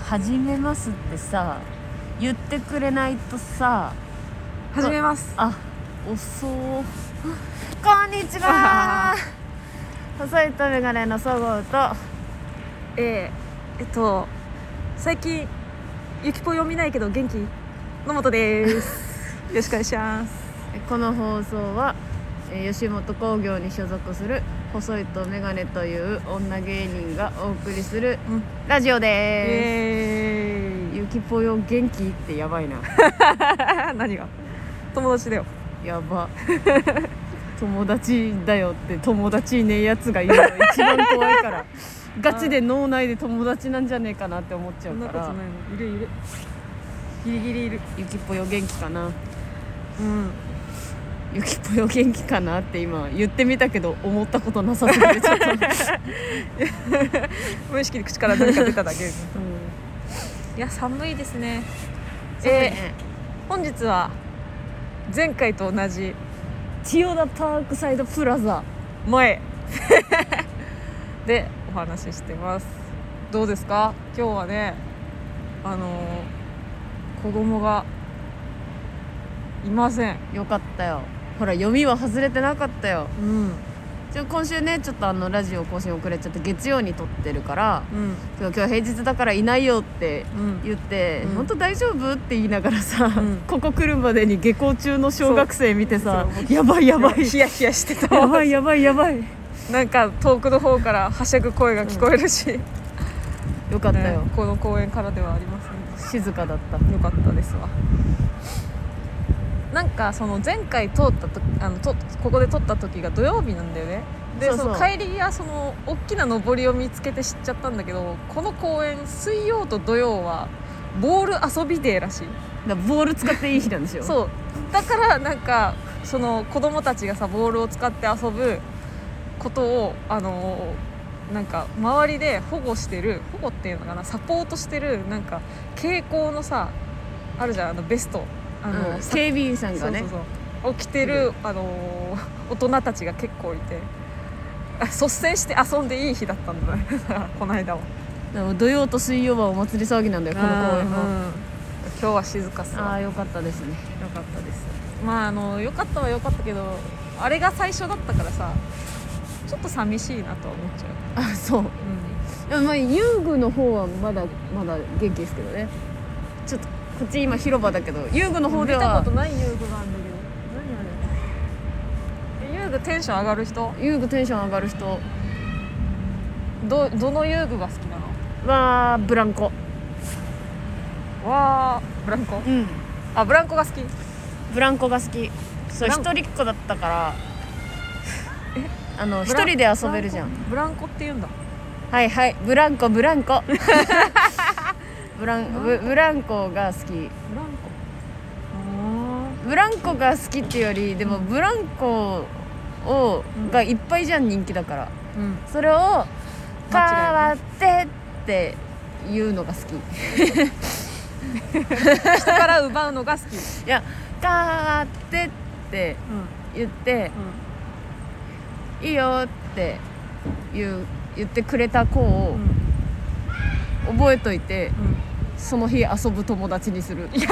始めますってさ言ってくれないとさ。 始めます。 あ、遅う。こんにちは細いとメガネのそごうと最近ゆきぽ読みないけど元気野本ですよろしくお願いします。 この放送は吉本興業に所属する細いとメガネという女芸人がお送りするラジオです。ゆきぽよ元気ってやばいな何が友達だよ。 やば友達だよって友達いねえやつがいるのが一番怖いからガチで脳内で友達なんじゃねえかなって思っちゃうから。 そんなことないの。いるギリギリいる。 ゆきぽよ元気かな。ゆきぽよ元気かなって今言ってみたけど思ったことなさすぎてちょっと無意識に口から何か出ただけ、いや寒いですね。本日は前回と同じ千代田パークサイドプラザ前でお話ししてます。どうですか今日はね、子供がいません。 よかったよ。ほら読みは外れてなかったよ。今週ねちょっとラジオ更新遅れちゃって月曜に撮ってるから、今日平日だからいないよって言って、本当大丈夫って言いながらさ、ここ来るまでに下校中の小学生見てさ、やばいヒヤヒヤしてた。 やばいなんか遠くの方からはしゃぐ声が聞こえるし、 よかったよ、 この公園からではありません。 静かだった。 よかったですわ。なんかその前回通ったとここで撮った時が土曜日なんだよね。でその帰りやその大きな上りを見つけて知っちゃったんだけど、この公園水曜と土曜はボール遊びデーらしい。 ボール使っていい日なんですよそうだからなんかその子供たちがさボールを使って遊ぶことをなんか周りで保護っていうのかな、サポートしてるなんか蛍光のさあるじゃん、ベスト警備員さんがね起きてる、大人たちが結構いて、率先して遊んでいい日だったんだねこの間は。 でも土曜と水曜はお祭り騒ぎなんだよこの公園は。 今日は静かさ。 ああよかったですね。 よかったです。まあよかったはよかったけど、あれが最初だったからさちょっと寂しいなとは思っちゃう。 あ、そう、でもまあ遊具の方はまだ元気ですけどね。ちょっとこっち今広場だけど遊具の方では見たことない遊具があるんだけど、何あれ。遊具テンション上がる人？ 遊具テンション上がる人。 どの遊具が好きなの？ はブランコ。 わーブランコ？あ、ブランコが好き。 ブランコが好き。そう一人っ子だったから一人で遊べるじゃん。 ブランコって言うんだ。 はいブランコブランコが好き。ブランコが好きっていうよりでもブランコがいっぱいじゃん、人気だから、それを変わってっていうのが好き人から奪うのが好き。 いや変わってって言って、いいよって言ってくれた子を覚えといて、その日遊ぶ友達にする。いや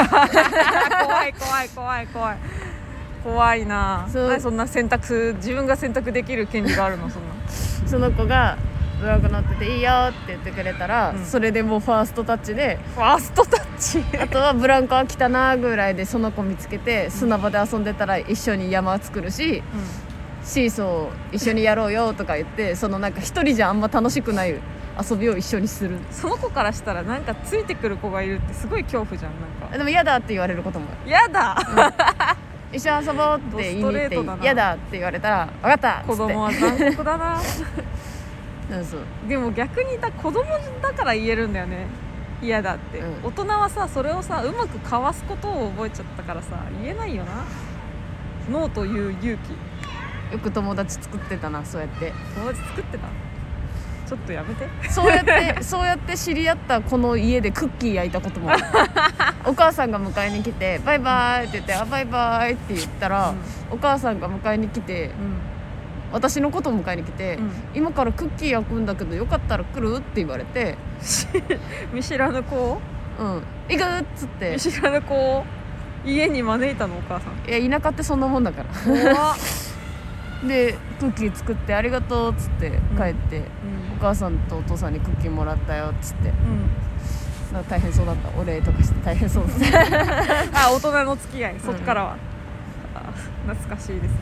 怖いな。そんな自分が選択できる権利があるの？ その子がブランコ乗ってていいよって言ってくれたら、それでもうファーストタッチであとはブランコ飽きたなぐらいでその子見つけて砂場で遊んでたら一緒に山作るし、シーソー一緒にやろうよとか言ってそのなんか一人じゃあんま楽しくない遊びを一緒にする。 その子からしたらなんかついてくる子がいるってすごい恐怖じゃん。なんかでも嫌だって言われることも嫌だ、 一緒に遊ぼうって言いに行って嫌だって言われたら分かったっつって。 子供は残酷だなそうでも逆に子供だから言えるんだよね、嫌だって、大人はさそれをさうまくかわすことを覚えちゃったからさ言えないよな。ノーという勇気。 よく友達作ってたな。そうやって友達作ってた。ちょっとやめて。 そうやって知り合ったこの家でクッキー焼いたこともあるお母さんが迎えに来てバイバイって言ってバイバイって言ったら、お母さんが迎えに来て、 私のことを迎えに来て、今からクッキー焼くんだけどよかったら来るって言われて見知らぬ子を行くっつって見知らぬ子を家に招いたのお母さん。 いや田舎ってそんなもんだから怖っでクッキー作ってありがとうっつって帰って、お母さんとお父さんにクッキーもらったよっつって、なんか大変そうだった。お礼とかして大変そうですあ、大人の付き合い、そっからは、懐かしいですね。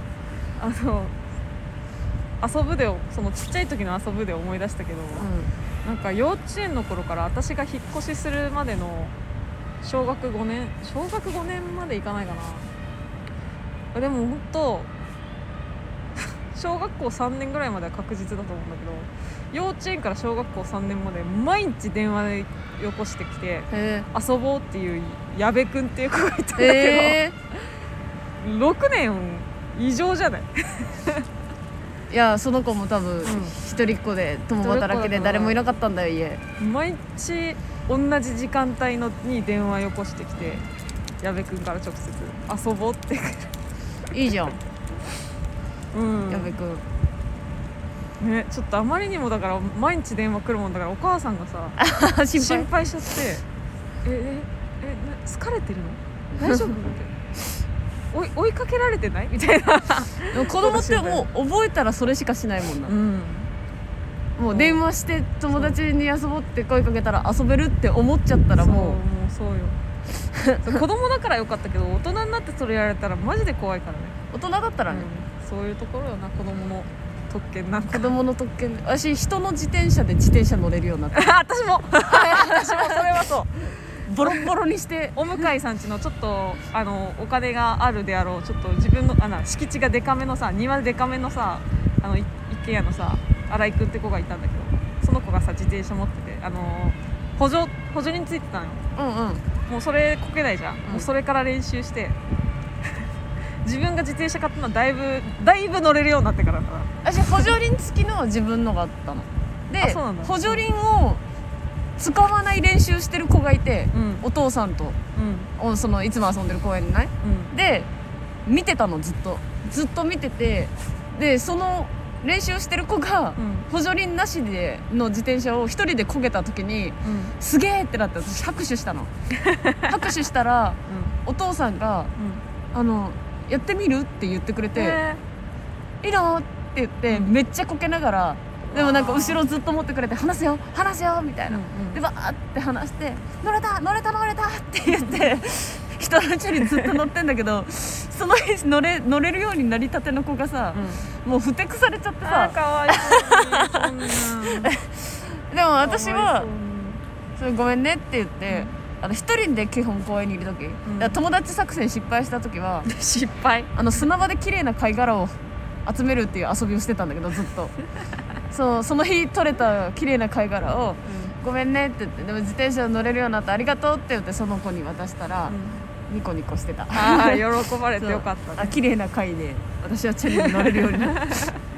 遊ぶでをそのちっちゃい時の遊ぶで思い出したけど、なんか幼稚園の頃から私が引っ越しするまでの小学5年までいかないかな。でも本当小学校3年ぐらいまでは確実だと思うんだけど、幼稚園から小学校3年まで毎日電話でよこしてきて遊ぼうっていう矢部くんっていう子がいたんだけど、6年異常じゃないいやその子も多分一人っ子で共働きで誰もいなかったんだよ家。 毎日同じ時間帯のに電話よこしてきて、矢部くんから直接遊ぼうっていいじゃん矢部くんね。ちょっとあまりにもだから毎日電話来るもんだから、お母さんがさ心配しちゃって疲れてるの大丈夫って追いかけられてないみたいな子供ってもう覚えたらそれしかしないもんな、もう電話して友達に遊ぼうって声かけたら遊べるって思っちゃったらもうそうよ子供だからよかったけど、大人になってそれやられたらマジで怖いからね。 大人だったらね、 そういうところよな、子供の特権なんか。 子供の特権。私人の自転車で自転車乗れるようになった私もそれはそうボロッボロにしてお向井さん家のちょっとお金があるであろう、ちょっと自分の敷地がデカめのさ、庭デカめのさ、一軒家のさ新井くんって子がいたんだけど、その子がさ自転車持ってて補助輪ついてたのよ。もうそれこけないじゃん、もうそれから練習して自分が自転車買ったのはだいぶ乗れるようになってからだから。 私補助輪付きの自分のがあったので、補助輪を使わない練習してる子がいて、お父さんと、そのいつも遊んでる公園にない、で見てたの、ずっと見てて、でその練習してる子が、補助輪なしでの自転車を一人でこげた時に、すげーってなって私拍手したの拍手したら、お父さんが、やってみるって言ってくれて、いいのって言って、めっちゃこけながら、でもなんか後ろずっと持ってくれて、離すよみたいな、でバーって離して、乗れたって言って人のうちにずっと乗ってんだけど、その日乗れるようになりたての子がさ、もうふてくされちゃってさ、 かわいそうにでも私はそれごめんねって言って、一人で基本公園にいる時、友達作戦失敗した時は失敗砂場で綺麗な貝殻を集めるっていう遊びをしてたんだけど、ずっとその日取れた綺麗な貝殻を、ごめんねって言って、でも自転車乗れるようになってありがとうって言ってその子に渡したら、ニコニコしてた。 喜ばれてよかったね。 綺麗な貝で私はチャリに乗れるようになった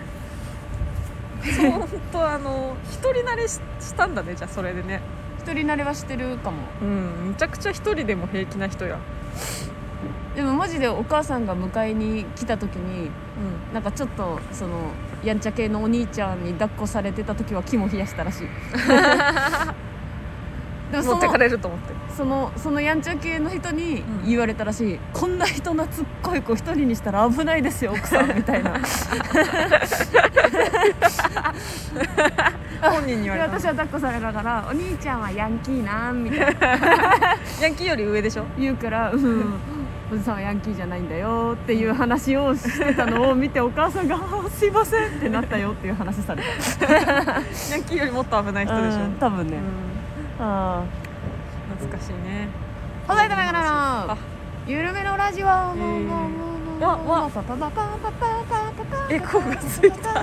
本当一人慣れしたんだね。じゃあそれでね、 一人慣れはしてるかも。 めちゃくちゃ一人でも平気な人や。 でもマジでお母さんが迎えに来た時に、なんかちょっとそのやんちゃ系のお兄ちゃんに抱っこされてた時は肝冷やしたらしいでも持ってかれると思って、 そのやんちゃ系の人に言われたらしい、こんな人懐っこい子一人にしたら危ないですよ奥さんみたいな本人に言われた。 私は抱っこされながら、お兄ちゃんはヤンキーなんみたいなヤンキーより上でしょ言うから、おじさんはヤンキーじゃないんだよっていう話をしてたのを見て、お母さんがすいませんってなったよっていう話されたヤンキーよりもっと危ない人でしょ、 多分ね。 懐かしいね。 細いとめがなの緩めのラジオ、 エコーがついた。ちょっ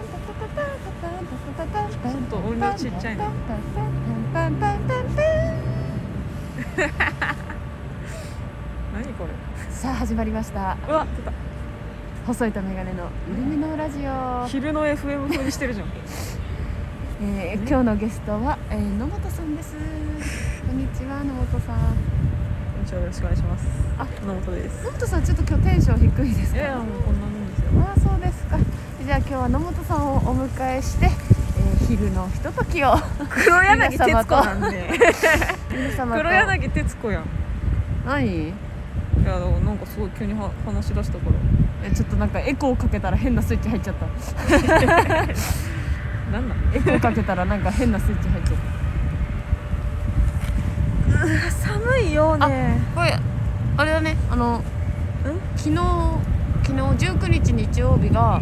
と音量ちっちゃいね。何これ。 さあ始まりました。 うわ、出た。 細いとメガネの緩めのラジオ。 昼の FM 風にしてるじゃん今日のゲストは、野本さんです。こんにちは、野本さん。 こんにちは、よろしくお願いします。野本です。 野本さん、ちょっと今日テンション低いですか？ いやもうこんなもんですよ。 そうですか。 じゃあ今日は野本さんをお迎えして、昼のひとときを黒柳徹子なんで皆様と黒柳徹子やん。 何？ いやなんかすごい急に話し出したからちょっとなんかエコーかけたら変なスイッチ入っちゃったなんなんエコーかけたらなんか変なスイッチ入っちゃった寒いよね。 これあれだね、昨日19日日曜日が、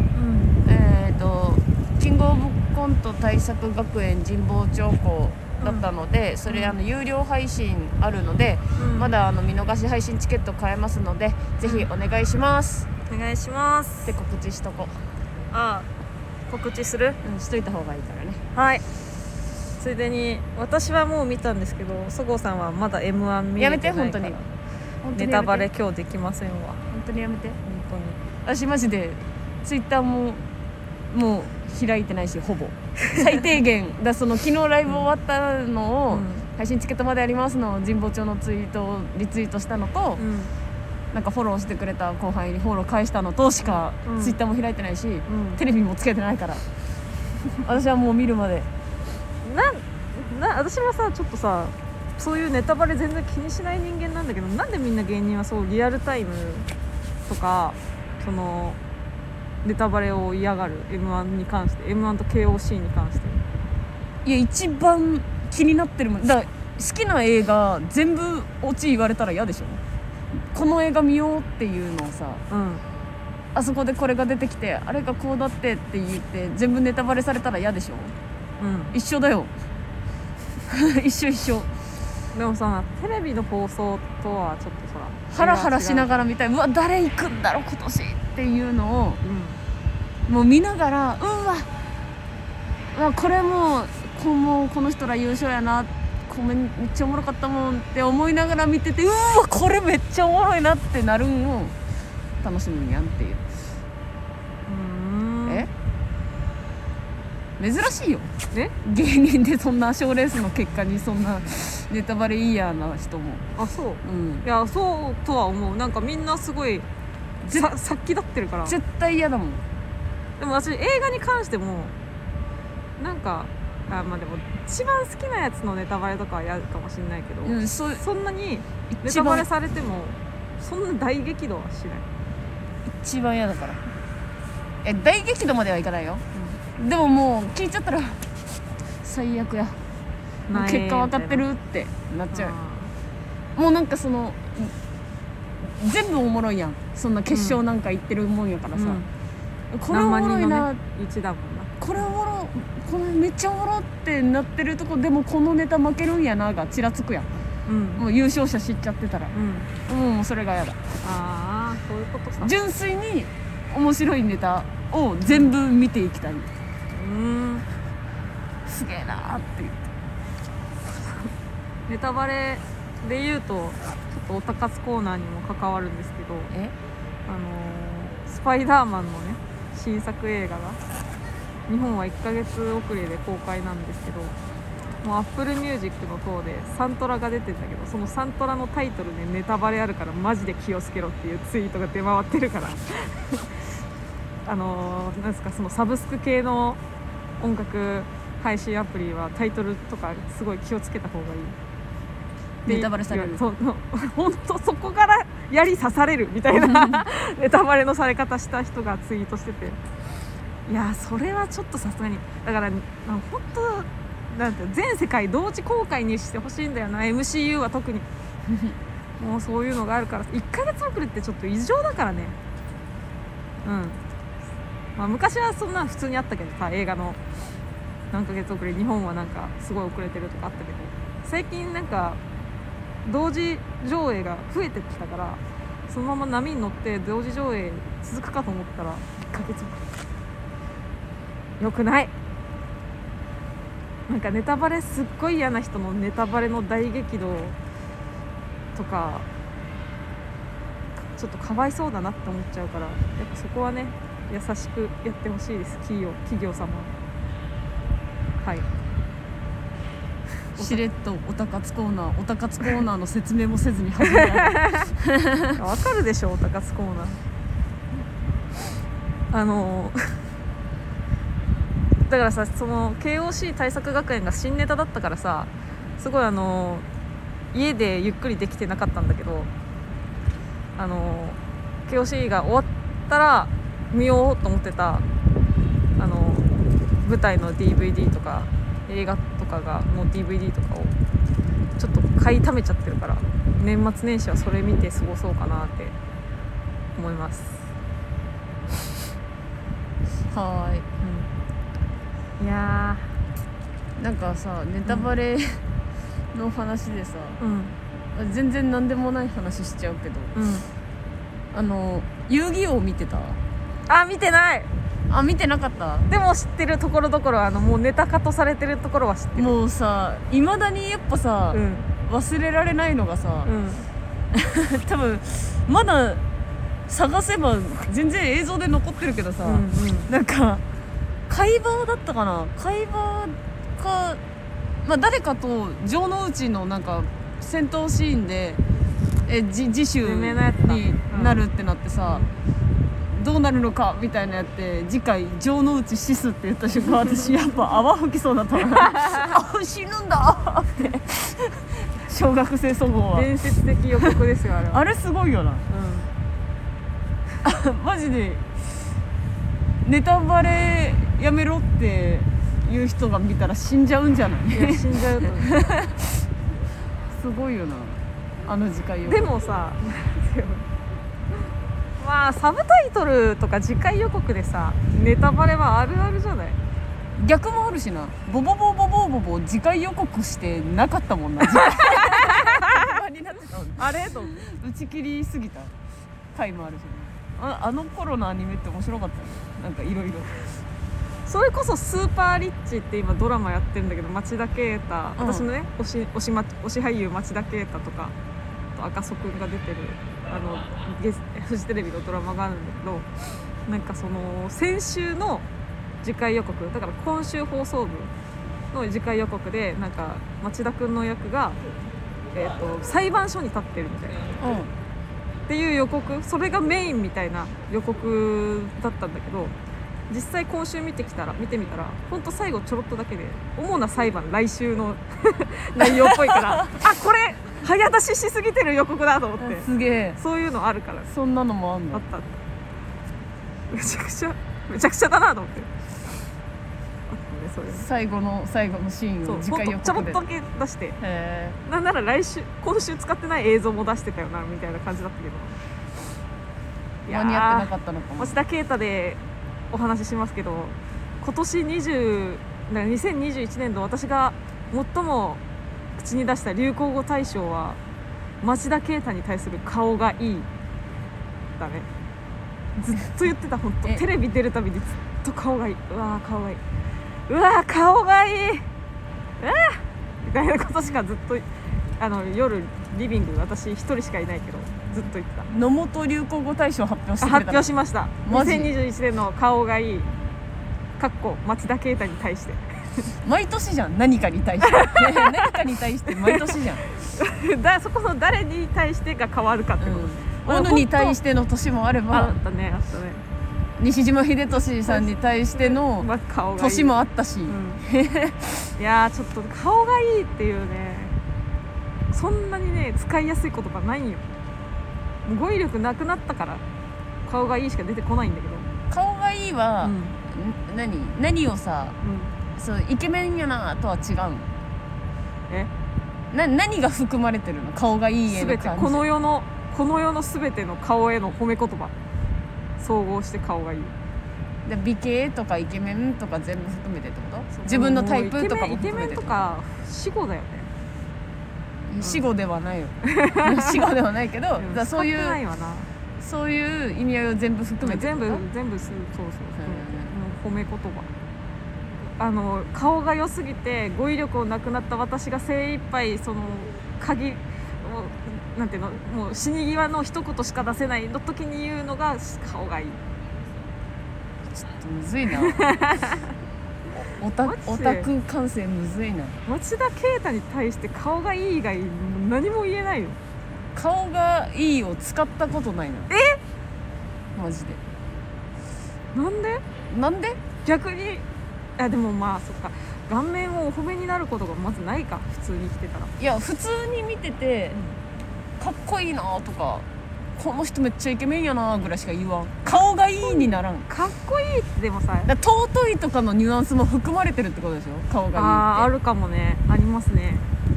キングオブコント対策学園神保町校だったので、それ有料配信あるので、まだ見逃し配信チケット買えますので、ぜひお願いします。 お願いしますで告知しとこう。 告知する？ しといた方がいいからね。 はい。ついでに私はもう見たんですけど、そごうさんはまだ M1 見れてないから。 やめて本当にネタバレ今日できませんわ。 本当にやめて。 本当に私マジでツイッターももう開いてないし、ほぼ最低限だ。その昨日ライブ終わったのを、配信チケットまでありますの神保町のツイートをリツイートしたのと、なんかフォローしてくれた後輩にフォロー返したのとしか、ツイッターも開いてないし、テレビもつけてないから私はもう見るまで私はさ、ちょっとさ、そういうネタバレ全然気にしない人間なんだけど、なんでみんな芸人はそうリアルタイムとかそのネタバレを嫌がる。 M1 に関して、 M1 と KOC に関して。 いや一番気になってるもんだから、好きな映画全部オチ言われたら嫌でしょ。この映画見ようっていうのをさ、あそこでこれが出てきて、あれがこうだってって言って全部ネタバレされたら嫌でしょ。一緒だよ一緒でもさ、テレビの放送とはちょっとさ、 ハラハラしながら見たい。うわ誰行くんだろう今年っていうのを、もう見ながら、これもうこの人ら優勝やな、めっちゃおもろかったもんって思いながら見てて、これめっちゃおもろいなってなるんを楽しむんやんっていう。珍しいよ芸人でそんな賞レースの結果にそんなネタバレイヤーな人も。 そう、いやそうとは思う。なんかみんなすごい殺気立ってるから。 絶対嫌だもん。 でも私映画に関してもなんかでも一番好きなやつのネタバレとかは嫌かもしれないけど、そんなにネタバレされてもそんな大激怒はしない。 一番嫌だから。大激怒まではいかないよ、でももう聞いちゃったら最悪や、もう結果分かってるってなっちゃう。もうなんかその全部おもろいやん、そんな決勝なんか行ってるもんやからさ、これおもろいな、 1だもんな、 これおもろ、これめっちゃおもろってなってるとこでもこのネタ負けるんやながちらつくやん、もう優勝者知っちゃってたら、もうそれが嫌だ。 そういうことさ。 純粋に面白いネタを全部見ていきたい。すげえなーって言って。 ネタバレで言うとちょっとオタ活コーナーにも関わるんですけど、スパイダーマンのね新作映画が日本は1ヶ月遅れで公開なんですけど、もう Apple Music の方でサントラが出てんだけど、そのサントラのタイトルでネタバレあるからマジで気をつけろっていうツイートが出回ってるからなんですか、そのサブスク系の音楽配信アプリはタイトルとかすごい気をつけた方がいい。 ネタバレされる。 本当そこから槍刺されるみたいなネタバレのされ方した人がツイートしてて、いやそれはちょっとさすがに、だから本当なんて全世界同時公開にしてほしいんだよな MCU は特にもうそういうのがあるから、1ヶ月遅れってちょっと異常だからね。昔はそんな普通にあったけどさ、映画の何ヶ月遅れ、日本はなんかすごい遅れてるとかあったけど、最近なんか同時上映が増えてきたから、そのまま波に乗って同時上映続くかと思ったら1ヶ月遅れ。よくない。なんかネタバレすっごい嫌な人のネタバレの大激怒とかちょっとかわいそうだなって思っちゃうから、やっぱそこはね優しくやってほしいです、企業様。はい。 しれっとオタ活コーナーの説明もせずに始めたわかるでしょオタ活コーナー。 だからさ、その KOC 対策学園が新ネタだったからさ、すごい家でゆっくりできてなかったんだけど、KOC が終わったら見ようと思ってた舞台の DVD とか映画とかの DVD とかをちょっと買い溜めちゃってるから、年末年始はそれ見て過ごそうかなって思います。 はーい、 いやなんかさ、ネタバレの話でさ、 ー、 全然何でもない話しちゃうけど、遊戯王見てた？ あ、見てない。 あ、見てなかった？ でも知ってるところどころ、もうネタ化とされてるところは知ってる。 もうさ、いまだにやっぱさ、忘れられないのがさ、多分まだ探せば全然映像で残ってるけどさ、なんか会話だったかな、会話か、誰かと城之内のなんか戦闘シーンで次週になるってなってさ、どうなるのかみたいなやって、次回城之内シスって言った瞬間、私やっぱ泡吹きそうだったのあ、死ぬんだって小学生祖母は伝説的予告ですよ、あれは。 あれすごいよな、マジでネタバレやめろっていう人が見たら死んじゃうんじゃない？ いや、死んじゃうと思うすごいよな、次回予告。でもさまあサブタイトルとか次回予告でさ、ネタバレはあるあるじゃない？ 逆もあるしな。ボボボボボボボ次回予告してなかったもんなになってたもんね、 あれと打ち切りすぎた回もあるし、あの頃のアニメって面白かったね。なんかいろいろそれこそスーパーリッチって今ドラマやってるんだけど、町田啓太、私のね推し俳優町田啓太とかと赤楚くんが出てるフジテレビのドラマがあるんだけど、なんかその先週の次回予告だから、今週放送分の次回予告で、なんか町田くんの役が、裁判所に立ってるみたいな、っていう予告、それがメインみたいな予告だったんだけど、実際今週見てみたらほんと最後ちょろっとだけで、主な裁判来週の内容っぽいからあ、これ早出ししすぎてる予告だと思って。 すげえ、 そういうのあるから、 そんなのもあんの？ あった。めちゃくちゃだなと思って。 最後のシーンを次回予告でちょろっとだけ出して、なんなら今週使ってない映像も出してたよなみたいな感じだったけど、 間に合ってなかったのかも。 町田啓太でお話ししますけど、今年2021年度私が最も口に出した流行語大賞は町田啓太に対する顔がいいだね。ずっと言ってた、本当テレビ出るたびにずっと顔がいい、うわー顔がいい、うわー顔がいい、うわーみたいなことしかずっと夜リビング、私一人しかいないけどずっと言ってた。 野本流行語大賞発表してくれた。 発表しました。2021年の顔がいい町田啓太に対して毎年じゃん、何かに対して何かに対して毎年じゃんそこの誰に対してが変わるかってこと、 オヌに対しての年もあれば、 あったね西島秀俊さんに対しての年もあったし、 いやちょっと顔がいいっていうね、そんなにね使いやすい言葉ないんよ。語彙力なくなったから顔がいいしか出てこないんだけど、 顔がいいは、何をさ、そうイケメンやなとは違うの？何が含まれてるの？顔がいい絵の感じ。 全てこの世の全ての顔への褒め言葉総合して顔がいい。 で美形とかイケメンとか全部含めてってこと？自分のタイプとかも含めて。 イケメンとか死語だよね。 死語ではないよ死語ではないけど、だそういう意味合いを全部含めて全部そう褒め言葉。顔が良すぎて語彙力をなくなった私が精一杯そのなんていうの、もう死に際の一言しか出せないの時に言うのが顔がいい。 ちょっとむずいなオタク感性むずいな。 町田啓太に対して顔がいい以外何も言えないよ。 顔がいいを使ったことないな。マジで。 なんで逆にでもまあそっか、顔面をお褒めになることがまずないか、普通に生きてたら。 いや普通に見てて、かっこいいなとかこの人めっちゃイケメンやなぐらいしか言わん。顔がいいにならん。 かっこいいってでもさ、 だ尊いとかのニュアンスも含まれてるってことでしょ、顔がいいって。 あるかもね、ありますね。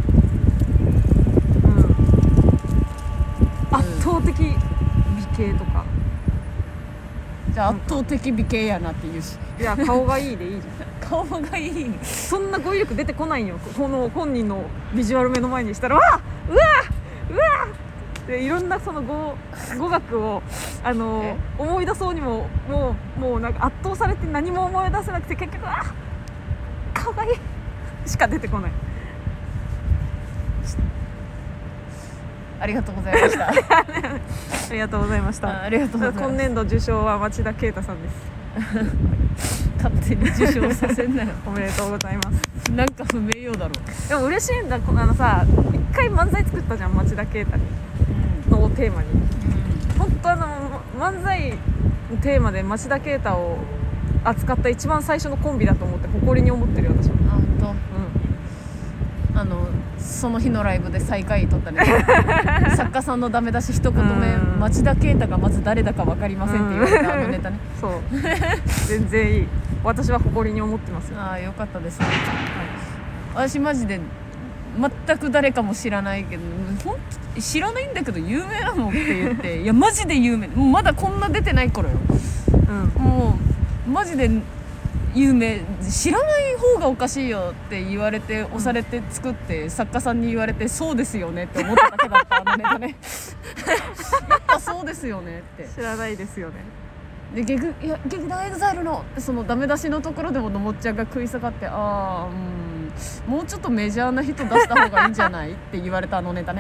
圧倒的美形とか。 じゃあ圧倒的美形やなって言うし。 いや顔がいいでいいじゃん。 顔がいい。 そんな語彙力出てこないよ、この本人のビジュアル目の前にしたら、うわでいろんなその語学を思い出そうにももうなんか圧倒されて何も思い出せなくて、結局顔がいいしか出てこない。 ありがとうございました。 ありがとうございました。 ありがとうございます。 今年度受賞は町田啓太さんです。 勝手に受賞させんなよ。 おめでとうございます。 なんか不名誉だろ。 でも嬉しいんだ、さ一回漫才作ったじゃん、町田啓太のテーマに。本当漫才のテーマで町田啓太を扱った一番最初のコンビだと思って誇りに思ってるよ、私は。 本当。その日のライブで最下位取ったね。作家さんのダメ出し一言目、町田啓太がまず誰だか分かりませんって言われたネタね。 そう全然いい、私は誇りに思ってますよ。 よかったですね、私マジで全く誰かも知らないけど、知らないんだけど有名なのって言っていやマジで有名、もうまだこんな出てない頃よ、もうマジで有名、知らない方がおかしいよって言われて押されて作って、作家さんに言われてそうですよねって思っただけだったネタね。やっぱそうですよねって。 知らないですよね。 で劇団エグザイルのそのダメ出しのところでものもっちゃんが食い下がって、もうちょっとメジャーな人出した方がいいんじゃないって言われたネタね。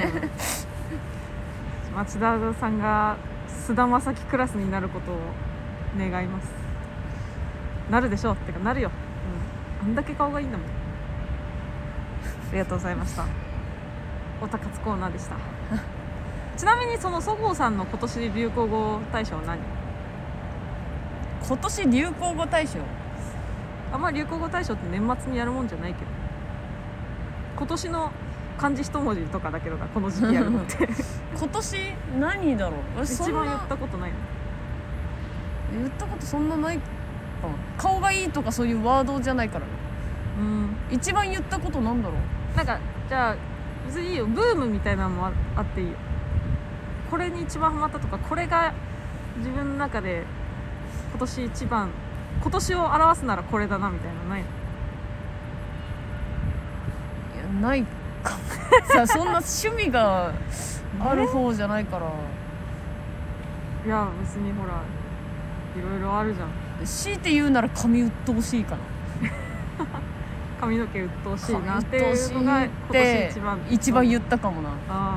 町田さんが菅田将暉クラスになることを願います。なるでしょうってかなるよ、あんだけ顔がいいんだもん。ありがとうございました。おたかつコーナーでした。ちなみにそのそごうさんの今年流行語大賞は何？ 今年流行語大賞、 あんま流行語大賞って年末にやるもんじゃないけど、今年の漢字一文字とかだけどな、この時期やるのって。 今年何だろう。 一番言ったことないの？ 言ったことそんなないか。顔がいいとかそういうワードじゃないからね。一番言ったことなんだろう。 なんかじゃあ別にいいよ、ブームみたいなのもあっていいよ。これに一番ハマったとか、これが自分の中で今年一番、今年を表すならこれだなみたいなのないの？ いやないかも。さそんな趣味がある方じゃないから。 いや別にほらいろいろあるじゃん。 強いて言うなら髪鬱陶しいかな。 髪の毛鬱陶しいなっていうのが今年一番言ったかもな。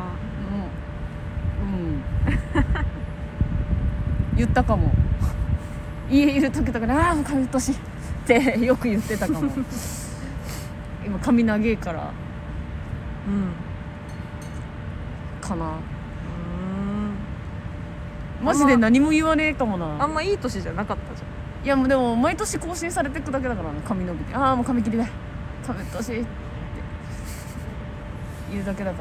言ったかも。家いる時とかに髪鬱陶しいってよく言ってたかも。今髪長えからかな。マジで何も言わねえかもな。 あんまいい年じゃなかったじゃん。 いやもうでも毎年更新されていくだけだからね、髪伸びてもう髪切りだ、髪鬱陶しいって言うだけだから。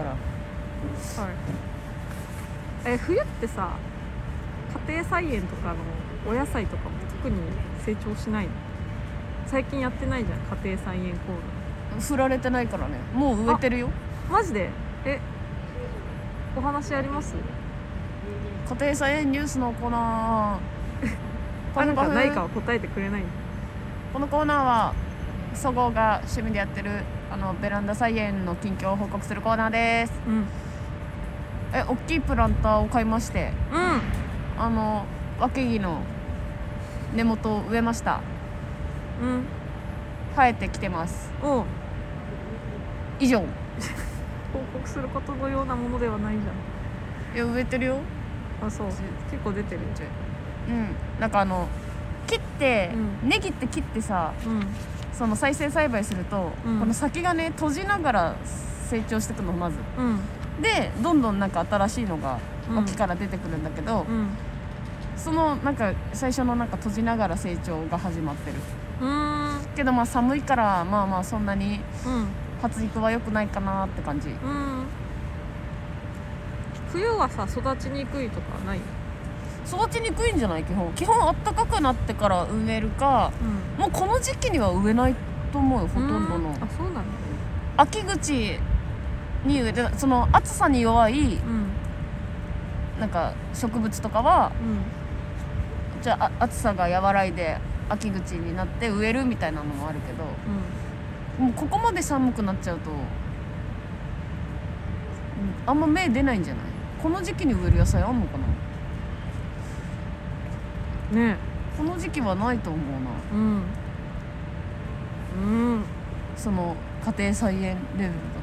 冬ってさ、家庭菜園とかのお野菜とかも特に成長しないの？最近やってないじゃん、家庭菜園コーナー。振られてないからね。もう植えてるよ。 マジで？お話あります？ 家庭菜園ニュースのコーナー。 なんかないかは答えてくれないの？ このコーナーはそごうが趣味でやってるベランダ菜園の近況を報告するコーナーです。大きいプランターを買いまして、わけぎの根元を植えました。生えてきてます。以上。 報告することのようなものではないじゃん。 いや植えてるよ。 そう、結構出てる。 なんか切って、ネギって切ってさ、その再生栽培すると、この先がね閉じながら成長していくのまず、でどんどんなんか新しいのが脇から出てくるんだけど、そのなんか最初のなんか閉じながら成長が始まってる。 けどまあ寒いからまあまあそんなにうん発育は良くないかなって感じ。 うん冬はさ育ちにくいとかない？ 育ちにくいんじゃない？基本暖かくなってから植えるか、もうこの時期には植えないと思うよ、ほとんどの。 あ、そうなんだ。 秋口に植えて、その暑さに弱いなんか植物とかはじゃあ暑さが和らいで秋口になって植えるみたいなのもあるけど、もうここまで寒くなっちゃうとあんま芽出ないんじゃない？この時期に植える野菜あんのかな？ ね。 この時期はないと思うな。その家庭菜園レベルだと。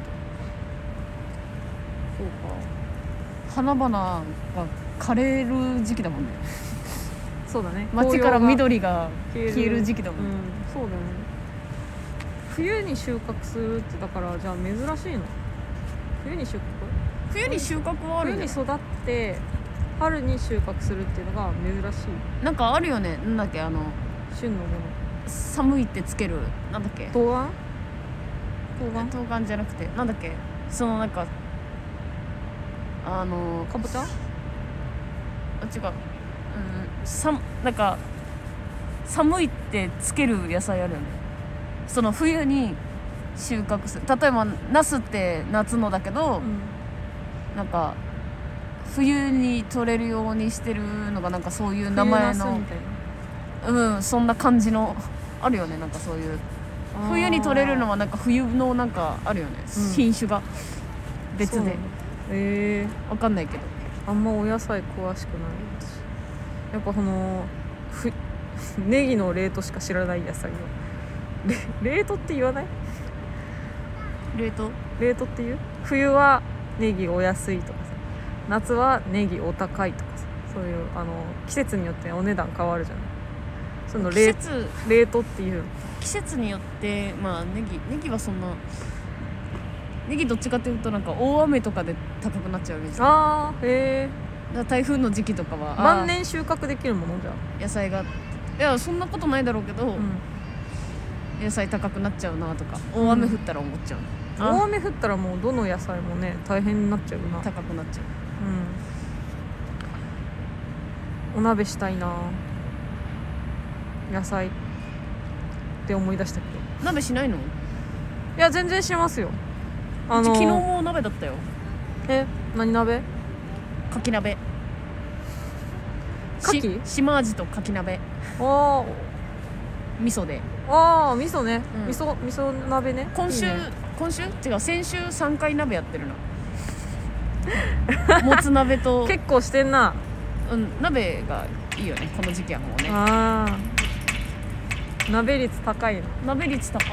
そうか。 花々が枯れる時期だもんね。 そうだね。 街から緑が消える時期だもんね。 そうだね。冬に収穫するってだからじゃあ珍しいの？冬に収穫？ 冬に収穫はある冬に育って春に収穫するっていうのが珍しい。 なんかあるよね。なんだっけ、 旬のもの。 寒いってつけるなんだっけ？ 冬瓜？ 冬瓜じゃなくてなんだっけ？そのなんかかぼちゃ？ 違う。なんか寒いってつける野菜あるよね。その冬に収穫する。例えばナスって夏のだけど、なんか冬に取れるようにしてるのがなんかそういう名前のみたいな。 そんな感じのあるよね。なんかそういう冬に取れるのはなんか冬のなんかあるよね、品種が別で。わかんないけどあんまお野菜詳しくない私。やっぱそのネギの冷凍しか知らない野菜を冷凍って言わない？ 冷凍っていう？冬はネギお安いとかさ、夏はネギお高いとかさ、そういう季節によってお値段変わるじゃない。その冷凍っていう。 季節によってまあネギはそんな、ネギどっちかというとなんか大雨とかで高くなっちゃうみたいな。 あー、へだから台風の時期とかは万年収穫できるものじゃん。 野菜が、いやそんなことないだろうけど、野菜高くなっちゃうなとか、大雨降ったら思っちゃう。 大雨降ったらもうどの野菜もね大変になっちゃうな。 高くなっちゃう。お鍋したいな。野菜って思い出したけど。 鍋しないの？いや全然しますよ。 うち昨日も鍋だったよ。 何鍋？ かき鍋。島味とかき鍋。 あ味噌で。 ああ、味噌ね、味噌鍋ね。 今週違う、先週3回鍋やってるな。もつ鍋と結構してんな。 鍋がいいよね、この時期はもうね。 ああ、鍋率高いの。 鍋率高い。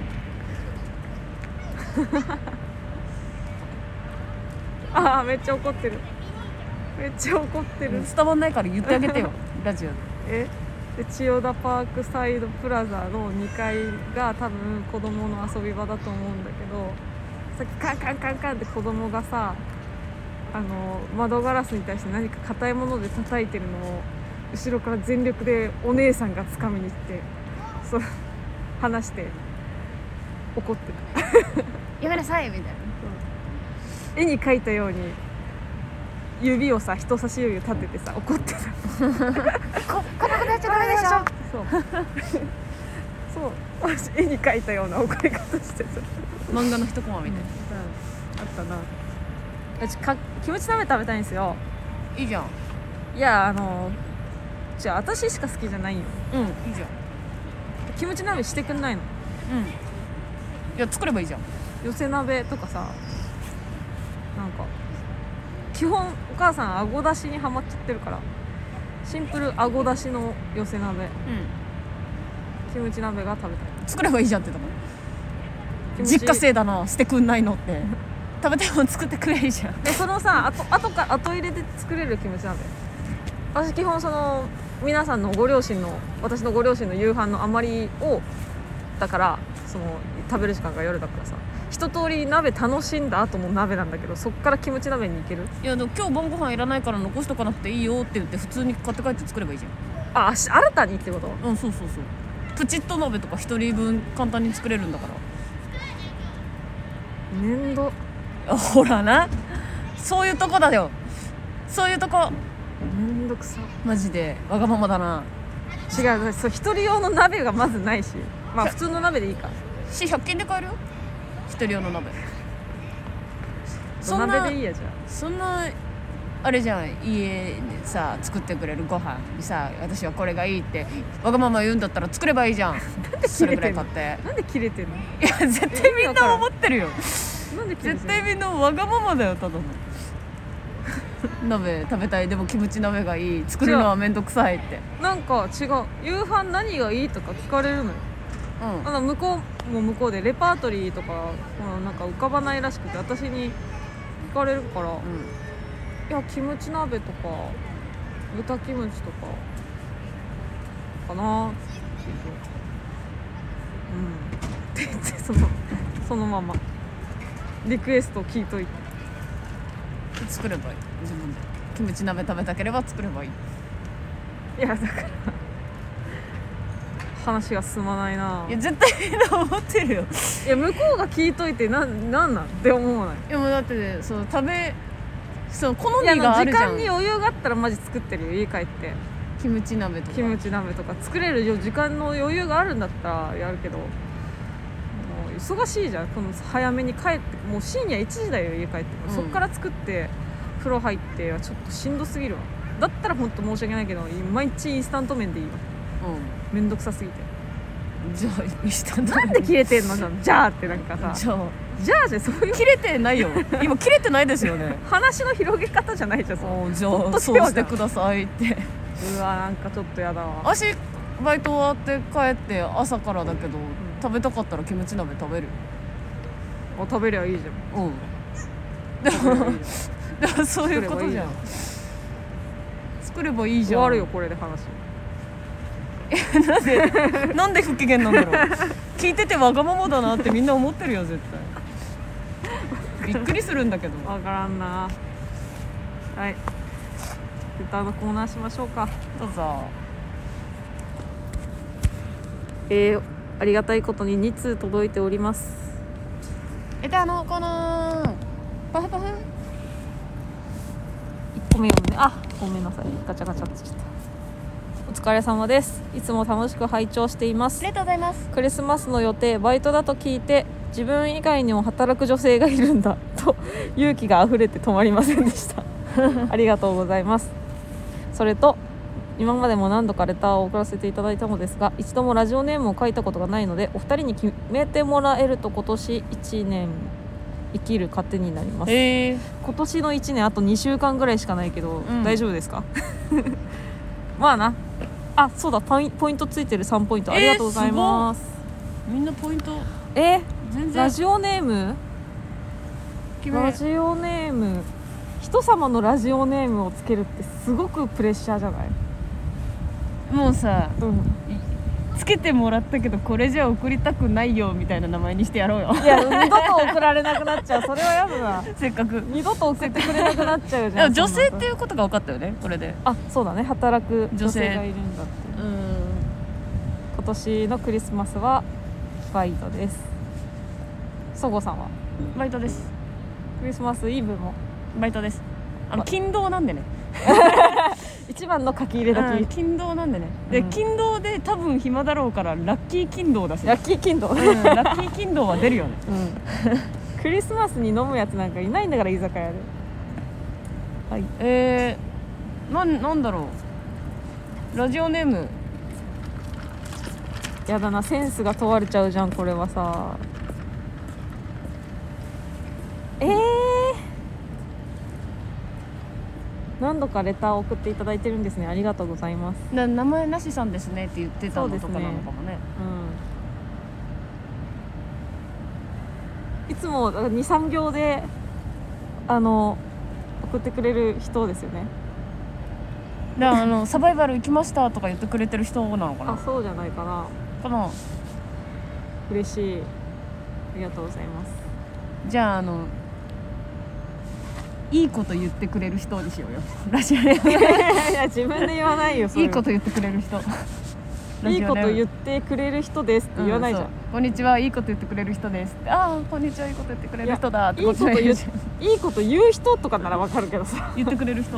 ああ、めっちゃ怒ってる。伝わんないから言ってあげてよラジオで。 で千代田パークサイドプラザの2階が多分子供の遊び場だと思うんだけど、さっきカンカンカンカンって子供がさ窓ガラスに対して何か硬いもので叩いてるのを後ろから全力でお姉さんが掴みに行って話して怒ってたやめなさいみたいな。 絵に描いたように指をさ、人差し指を立ててさ怒ってたこんなことやっちゃダメでしょ。そう絵に描いたような怒り方してさ、 漫画の一コマみたいな、 あったな。キムチ鍋食べたいんですよ。 いいじゃん。 いやじゃあ私しか好きじゃないよ。 いいじゃん。 キムチ鍋してくんないの？ いや作ればいいじゃん。 寄せ鍋とかさ、なんか基本お母さんあごだしにハマっちゃってるから、シンプルあごだしの寄せ鍋、キムチ鍋が食べたい。 作ればいいじゃんって言ったの。実家製だな、してくんないのって食べたいもの作ってくれいいじゃん。 でそのさ後入れで作れるキムチ鍋、私基本皆さんの私のご両親の夕飯の余りをだから、食べる時間が夜だからさ、一通り鍋楽しんだ後の鍋なんだけど、そっからキムチ鍋に行ける？ いやでも今日晩ご飯いらないから残しとかなくていいよって言って普通に買って帰って作ればいいじゃん。 新たにってこと？ そうプチッと鍋とか1人分簡単に作れるんだから。 面倒。 ほらな、そういうとこだよ、そういうとこ。 めんどくさ。 マジでわがままだな。 違う、そう一人用の鍋がまずないし、まあ普通の鍋でいいか。 100均で買えるよ、1人用の鍋。 土鍋でいいや。じゃそんなあれじゃん、家でさ作ってくれるご飯にさ、私はこれがいいってわがまま言うんだったら作ればいいじゃん。それぐらい買って。 なんで切れてんの。 いや絶対みんな思ってるよ。 なんで切れてんの。 絶対みんなわがままだよ、ただの。鍋食べたい、でもキムチ鍋がいい、作るのはめんどくさいって。 なんか違う、夕飯何がいいとか聞かれるのよ。向こうも向こうでレパートリーとかなんか浮かばないらしくて、私に聞かれるから、いやキムチ鍋とか豚キムチとかかなって言って、って言ってそのままリクエストを聞いといて作ればいい。自分でキムチ鍋食べたければ作ればいい。 いやだから話が進まないな。 いや絶対みんな思ってるよ。 いや向こうが聞いといてなんって思わない。 いやもうだってね、そう好みがあるじゃん。 時間に余裕があったらマジ作ってるよ、家帰ってキムチ鍋とか。 キムチ鍋とか作れるよ、時間の余裕があるんだったらやるけど、もう忙しいじゃん。この早めに帰って、もう深夜1時だよ家帰って、そっから作って風呂入ってはちょっとしんどすぎるわ。だったら本当申し訳ないけど毎日インスタント麺でいいわ。めんどくさすぎて。 じゃあインスタントなんで切れてんのじゃあってなんかさ、じゃあそういう切れてないよ。今切れてないですよね。 話の広げ方じゃないじゃん。 じゃあそうしてくださいって。 うわなんかちょっとやだわ。 私バイト終わって帰って朝からだけど、食べたかったらキムチ鍋食べる。 食べりゃいいじゃん。 でもそういうことじゃん。作ればいいじゃん。 終わるよこれで話。 なんで不機嫌なんだろう。聞いててわがままだなってみんな思ってるよ絶対。びっくりするんだけど。 わからんな。はい、歌のコーナーしましょうか。 どうぞ。 ありがたいことに2通届いております。 このパフパフ 1個目読むね。あ、ごめんなさい、ガチャガチャってちゃった。お疲れ様です。いつも楽しく拝聴しています。 ありがとうございます。 クリスマスの予定バイトだと聞いて、自分以外にも働く女性がいるんだと勇気があふれて止まりませんでしたありがとうございます。それと今までも何度かレターを送らせていただいたのですが、一度もラジオネームを書いたことがないので、お二人に決めてもらえると今年1年生きる糧になります。今年の1年あと2週間ぐらいしかないけど、大丈夫ですかまあなあ、そうだ、ポイントついてる3ポイントありがとうございます。 みんなポイント全然。 ラジオネーム人様のラジオネームをつけるってすごくプレッシャーじゃない？ もうさ、つけてもらったけどこれじゃ送りたくないよみたいな名前にしてやろうよ。 いや二度と送られなくなっちゃう。それはやだな。 せっかく二度と送ってくれなくなっちゃうじゃん。 女性っていうことが分かったよねこれで。 あ、そうだね、働く女性がいるんだって。今年のクリスマスはバイトです。そごさんは？ バイトです。 クリスマスイブもバイトです。勤労なんでね一番の書き入れだけ。 勤労なんでね。で、勤労で多分暇だろうからラッキー勤労だし。 ラッキー勤労、 ラッキー勤労は出るよねクリスマスに飲むやつなんかいないんだから居酒屋で。 はい、なんだろう。ラジオネームやだな、センスが問われちゃうじゃんこれはさ。何度かレターを送っていただいてるんですね。ありがとうございます。 名前なしさんですねって言ってたのとかなのかもね。 いつも 2,3 行で送ってくれる人ですよね。 サバイバル行きましたとか言ってくれてる人なのかな。 あ、そうじゃないかな。嬉しい。ありがとうございます。 じゃあいいこと言ってくれる人にしようよラジオで。 いや自分で言わないよ。 いいこと言ってくれる人いいこと言ってくれる人ですって言わないじゃん、 こんにちは、いいこと言ってくれる人ですって、ああこんにちは、いいこと言ってくれる人だっていいこと言う人とかならわかるけどさ言ってくれる人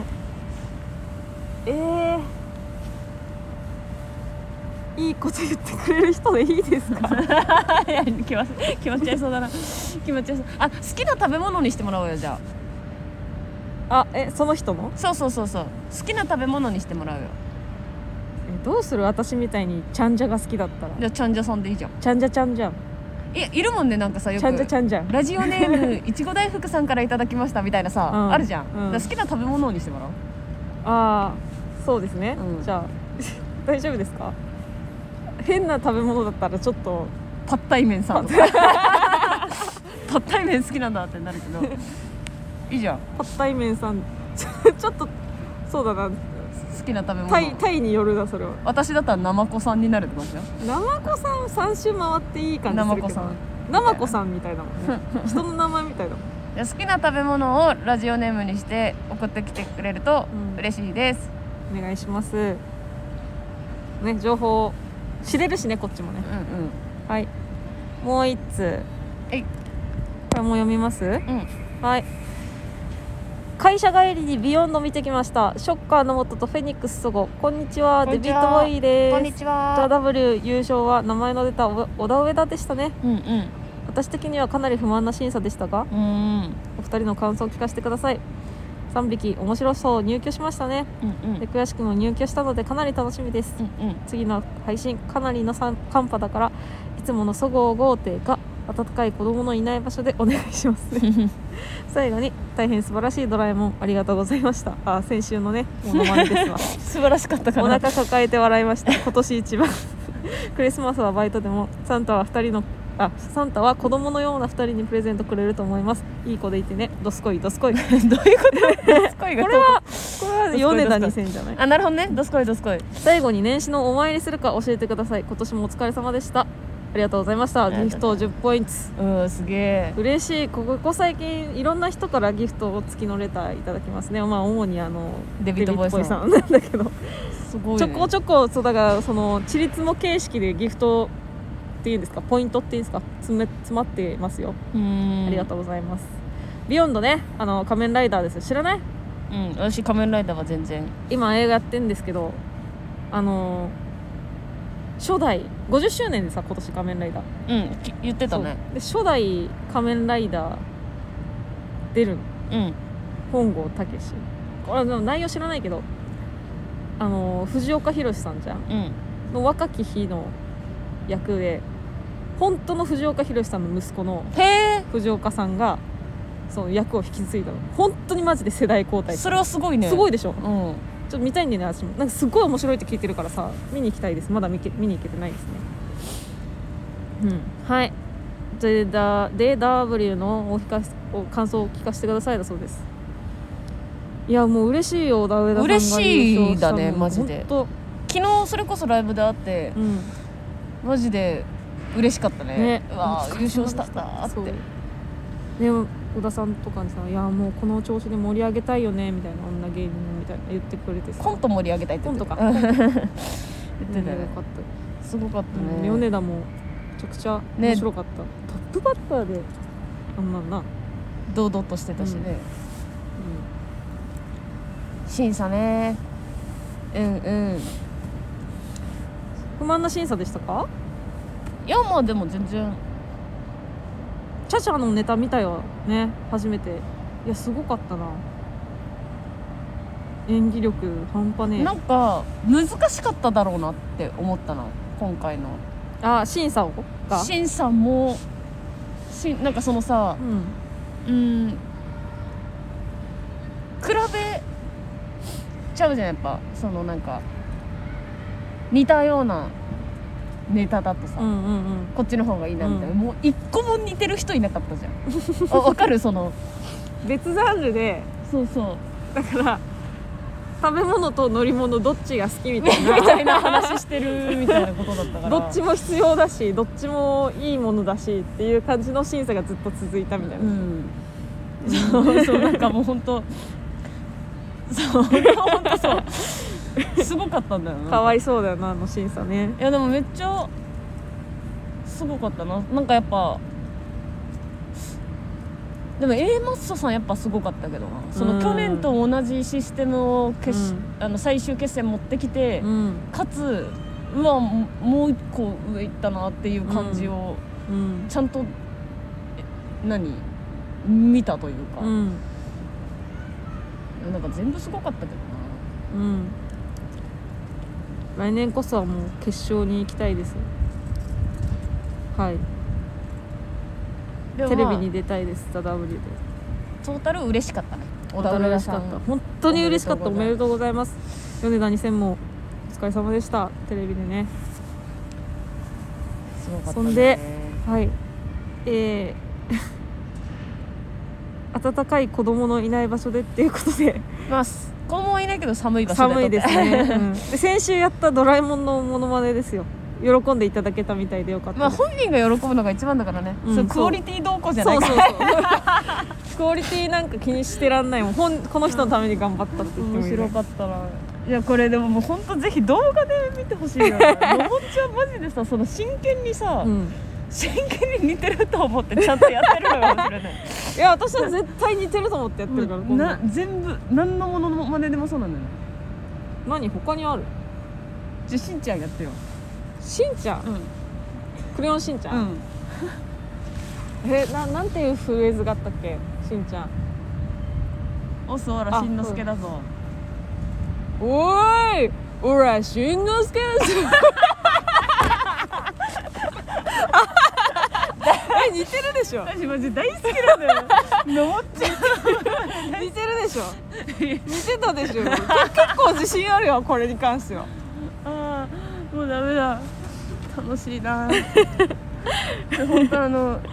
いいこと言ってくれる人でいいですかいや決まっちゃいそうだな決まっちゃいそう。好きな食べ物にしてもらおうよ。じゃその人のそう好きな食べ物にしてもらうよ。 どうする？私みたいにちゃんじゃが好きだったら。 じゃあちゃんじゃさんでいいじゃん。 ちゃんじゃちゃんじゃん。 いるもんね、なんかさ、よくちゃんじゃちゃんじゃん。 ラジオネームいちご大福さんからいただきましたみたいなさ、あるじゃん、だから好きな食べ物にしてもらおう。 そうですね、じゃあ大丈夫ですか？変な食べ物だったらちょっとパッタイ麺さんとかパッタイ麺好きなんだってなるけどいいじゃん。 パッタイ麺さんちょっとそうだな、 好きな食べ物タイによるな。それは私だったらナマコさんになるってことじゃん。 ナマコさん3周回っていい感じするけど、ナマコさんみたいだもんね人の名前みたいだもん。 好きな食べ物をラジオネームにして送ってきてくれると嬉しいです、 お願いしますね。情報知れるしね、こっちもね。はい、もう一通、これも読みます。はい、会社帰りにビヨンド見てきました。ショッカーの元とフェニックスそご、こんにちは。デビッドボーイです。 こんにちは。 W 優勝は名前の出た小田上田でしたね。私的にはかなり不満な審査でしたが、お二人の感想を聞かせてください。3匹面白そう入居しましたね、で悔しくも入居したのでかなり楽しみです、次の配信かなりの寒波だからいつものそごう豪邸か温かい子供のいない場所でお願いします最後に大変素晴らしいドラえもんありがとうございました。先週のねモノマネですわ素晴らしかったかな。 お腹抱えて笑いました今年一番クリスマスはバイトでもサンタは子供のような2人にプレゼントくれると思います。いい子でいてね。ドスコイどういうこと？ドスコイがこれは米田2000じゃない？ なるほどね。ドスコイ最後に年始のお参りするか教えてください。今年もお疲れ様でした。ありがとうございました。ギフト10ポイント。 すげえ嬉しい。ここ最近いろんな人からギフト付きのレターいただきますね。主にデビッドボーイさんなんだけどすごい、ね、 ちょこちょこそうだからそのちりつも形式でギフトっていうんですか、ポイントっていうんですか、詰まってますよ。ありがとうございます。ビヨンドね、仮面ライダーです。知らない？ 私仮面ライダーは全然。 今映画やってるんですけど、初代50周年でさ、今年仮面ライダー言ってたね。 で初代仮面ライダー出るの、本郷武史。これ内容知らないけど、藤岡弘さんじゃん、の若き日の役で本当の藤岡弘さんの息子の藤岡さんがその役を引き継いだの。本当にマジで世代交代。 それはすごいね。 すごいでしょ、ちょっと見たいんでね、私も。なんかすごい面白いって聞いてるからさ、見に行きたいです。まだ見に行けてないですね。はい、DW の感想を聞かせてくださいだそうです。いやもう嬉しいよ、上田さんが優勝したの。 嬉しいだね、マジで。 昨日それこそライブで会って、マジで嬉しかったね。うわ優勝したんだって。 でも小田さんとかにさ、いやもうこの調子で盛り上げたいよねみたいな、女芸人みたいな言ってくれてさ、 コント盛り上げたいって言ってた。 言ってたね。 すごかったね。 米田もめちゃくちゃ面白かった、トップバッターであんなんな堂々としてたしね、審査ね。 不満な審査でしたか？ いやまあでも全然。 チャチャのネタ見たよね、初めて。いやすごかったな、演技力半端ねえ。 なんか難しかっただろうなって思ったな、今回の審査が。 審査もなんかそのさ、比べちゃうじゃん、やっぱそのなんか似たようなネタだとさ、こっちの方がいいなみたいな、もう一個も似てる人いなかったじゃんわかる？その別ジャンルで、 そうだから食べ物と乗り物どっちが好きみたいな話してるみたいなことだったからどっちも必要だしどっちもいいものだしっていう感じの審査がずっと続いたみたいな、 そうなんかもう本当そうすごかったんだよな。 かわいそうだよな、あの審査ね。 いやでもめっちゃすごかったな。なんかやっぱでも A マッソさんやっぱすごかったけどな。その去年と同じシステムを最終決戦持ってきて、かつもう一個上行ったなっていう感じをちゃんと見たというか、なんか全部すごかったけどな。 来年こそはもう決勝に行きたいです。はい。 でもテレビに出たいです。ザ・ W でトータル嬉しかったね。 小田浦さん本当に嬉しかった。おめでとうございます。米田2000もお疲れ様でした。テレビでね。 すごかったね。 そんで、はい、暖かい子供のいない場所でっていうことで、 まあ子供はいないけど寒い場所で。 寒いですね、で先週やったドラえもんのモノマネですよ。喜んでいただけたみたいでよかったです。 まあ本人が喜ぶのが一番だからね、そうクオリティどうこうじゃないから。 クオリティなんか気にしてらんないもん。この人のために頑張ったって言ってもいい。 面白かったな。いやこれでももう本当ぜひ動画で見てほしいな。のもっちはマジでさ、その真剣にさ、真剣に似てると思ってちゃんとやってるのが面白いね。 いや私は絶対似てると思ってやってるから、 全部何のものの真似でもそうなんだよね。 何他にある？ じゃあしんちゃんやってよ。 しんちゃん、クレヨンしんちゃん、なんていうフレーズがあったっけ？しんちゃん、 おそらしんのすけだぞ。 おーいおらしんのすけだぞ。似てるでしょ。 私マジ大好きなんだよ。のもっち似てるでしょ。似てたでしょ。結構自信あるよこれに関しては。 ああもうダメだ。楽しいな。本当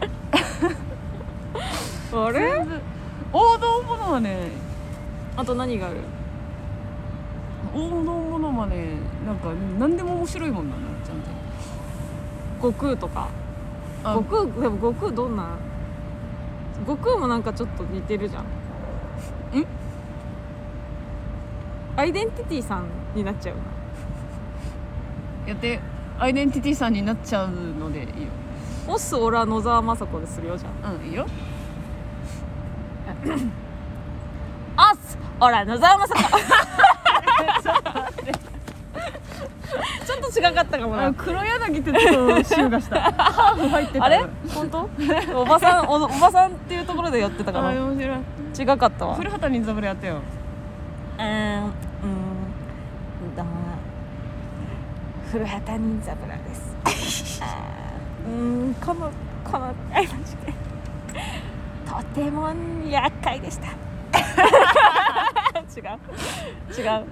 あれ王道ものはね。 あと何がある？ 王道ものはね、なんか何でも面白いもんなのちゃんと。 悟空とか。悟空でも悟空どんな？悟空もなんかちょっと似てるじゃん。アイデンティティさんになっちゃうな。 やってアイデンティティさんになっちゃうのでいいよ。 オスオラ野沢雅子でするよじゃん。 いいよ。 オスオラ野沢雅子。ちょっと違かったかもな。 黒柳ってとシュウがしたハーフ入ってた。 あれ本当？おばさんっていうところでやってたから。 面白い。 違かったわ。 古畑任三郎やってよ。 古畑任三郎です。このマジでとても厄介でした。違う。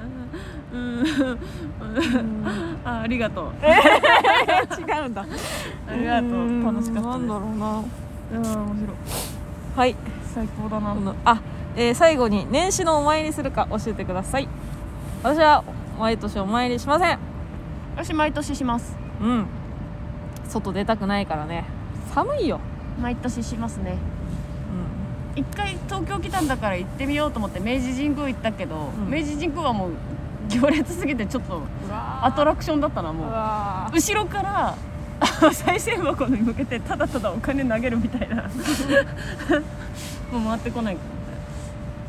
ありがとう。 違うんだ。 ありがとう。楽しかったです。 なんだろうな。 面白い。 はい、 最高だな。 最後に年始のお参りするか教えてください。私は毎年お参りしません。 私毎年します。 外出たくないからね。寒いよ。 毎年しますね。一回東京来たんだから行ってみようと思って明治神宮行ったけど、明治神宮はもう行列すぎてちょっとアトラクションだったな。もう後ろから賽銭箱に向けてただただお金投げるみたいな。もう回ってこないから。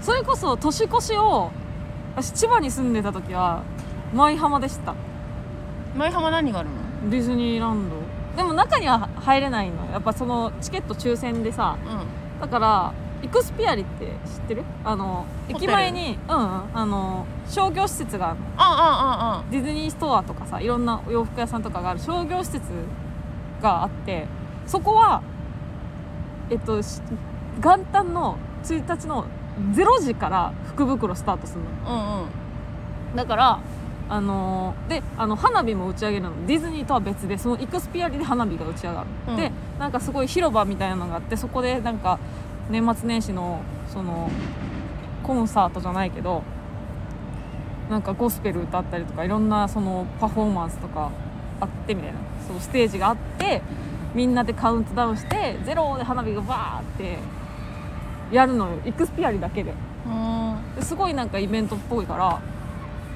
それこそ年越しを私千葉に住んでた時は舞浜でした。 舞浜何があるの？ ディズニーランド。でも中には入れないの。やっぱそのチケット抽選でさ、だからイクスピアリって知ってる？駅前に商業施設があるの。ディズニーストアとかさ、いろんなお洋服屋さんとかがある商業施設があって、そこは元旦の1日の0時から福袋スタートするの。だから花火も打ち上げるの。ディズニーとは別でそのイクスピアリで花火が打ち上がる、でなんかすごい広場みたいなのがあって、そこでなんか年末年始のそのコンサートじゃないけどなんかゴスペル歌ったりとかいろんなそのパフォーマンスとかあってみたいな、そのステージがあってみんなでカウントダウンしてゼロで花火がバーってやるのよ。イクスピアリだけで。すごいなんかイベントっぽいから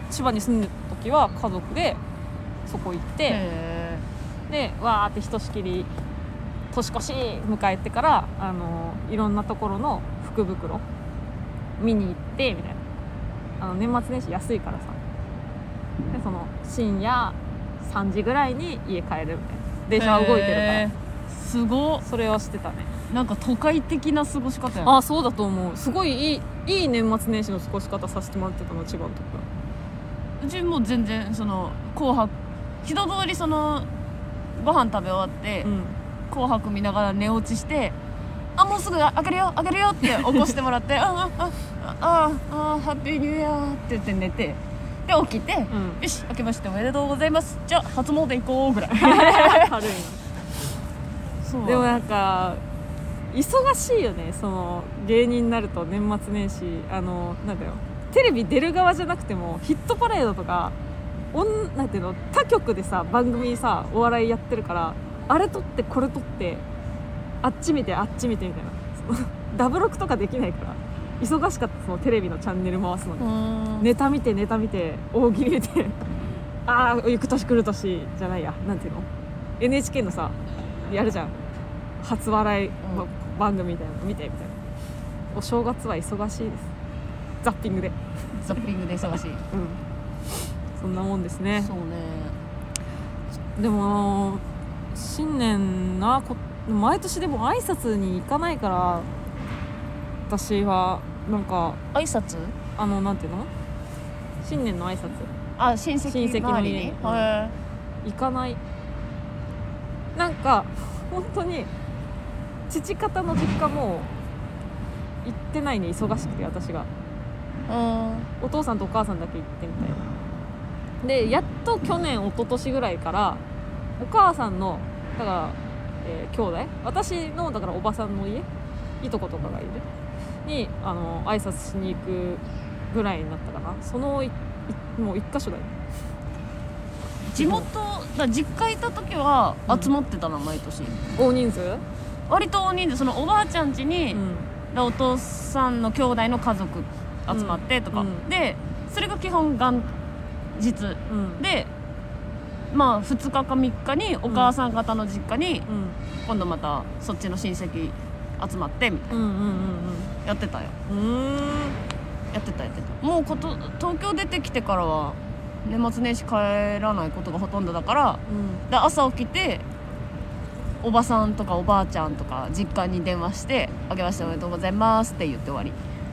千葉に住んでた時は家族でそこ行ってでわーってひとしきり年越し迎えてからいろんなところの福袋見に行ってみたいな年末年始安いからさでその深夜3時ぐらいに家帰るみたいな電車は動いてるからすごっそれはしてたねなんか都会的な過ごし方やなあそうだと思うすごいいい年末年始の過ごし方させてもらってたの千葉の時はうちも全然その紅白一通りそのご飯食べ終わって、紅白見ながら寝落ちしてあもうすぐ開けるよって起こしてもらってハッピーニューイヤーって言って寝てで起きて、よし明けましておめでとうございますじゃあ初詣行こうぐらい軽いなそうでもなんか忙しいよねその芸人になると年末年始なんだよテレビ出る側じゃなくてもヒットパレードとかなんていうの他局でさ番組にさお笑いやってるからあれ撮ってこれ撮ってあっち見てみたいなダブロクとかできないから忙しかったそのテレビのチャンネル回すのにネタ見て大喜利見てああ行く年来る年じゃないやなんていうの NHK のさやるじゃん初笑い番組みたいなの見てみたいなお正月は忙しいですザッピングで忙しいそんなもんですねそうねでも新年毎年でも挨拶に行かないから私はなんか挨拶なんていうの新年の挨拶親戚周りに行かないなんか本当に父方の実家も行ってないね忙しくて私がお父さんとお母さんだけ行ってみたいなでやっと去年一昨年ぐらいからお母さんのだから、兄弟私のだからおばさんの家いとことかがいるに挨拶しに行くぐらいになったかなそのもう一箇所だよ地元実家いた時は集まってたな、毎年大人数割と大人数そのおばあちゃん家に、お父さんの兄弟の家族集まってとか、でそれが基本元日、でまあ2日か3日にお母さん方の実家に、今度またそっちの親戚集まってみたいな、やってたよやってたもう東京出てきてからは年末年始帰らないことがほとんどだから、で朝起きておばさんとかおばあちゃんとか実家に電話して「あけましておめでとうございます」って言って終わり。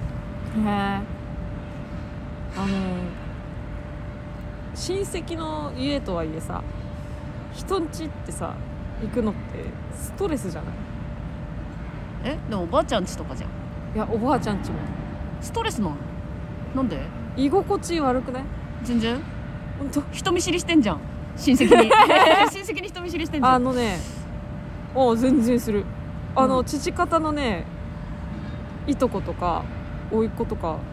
親戚の家とはいえさ人ん家ってさ行くのってストレスじゃない？ でもおばあちゃん家とかじゃん。 いやおばあちゃん家もストレスなの？なんで？ 居心地悪くない？ 全然本当人見知りしてんじゃん親戚に親戚に人見知りしてんじゃん。 全然する父方のねいとことか甥っ子とか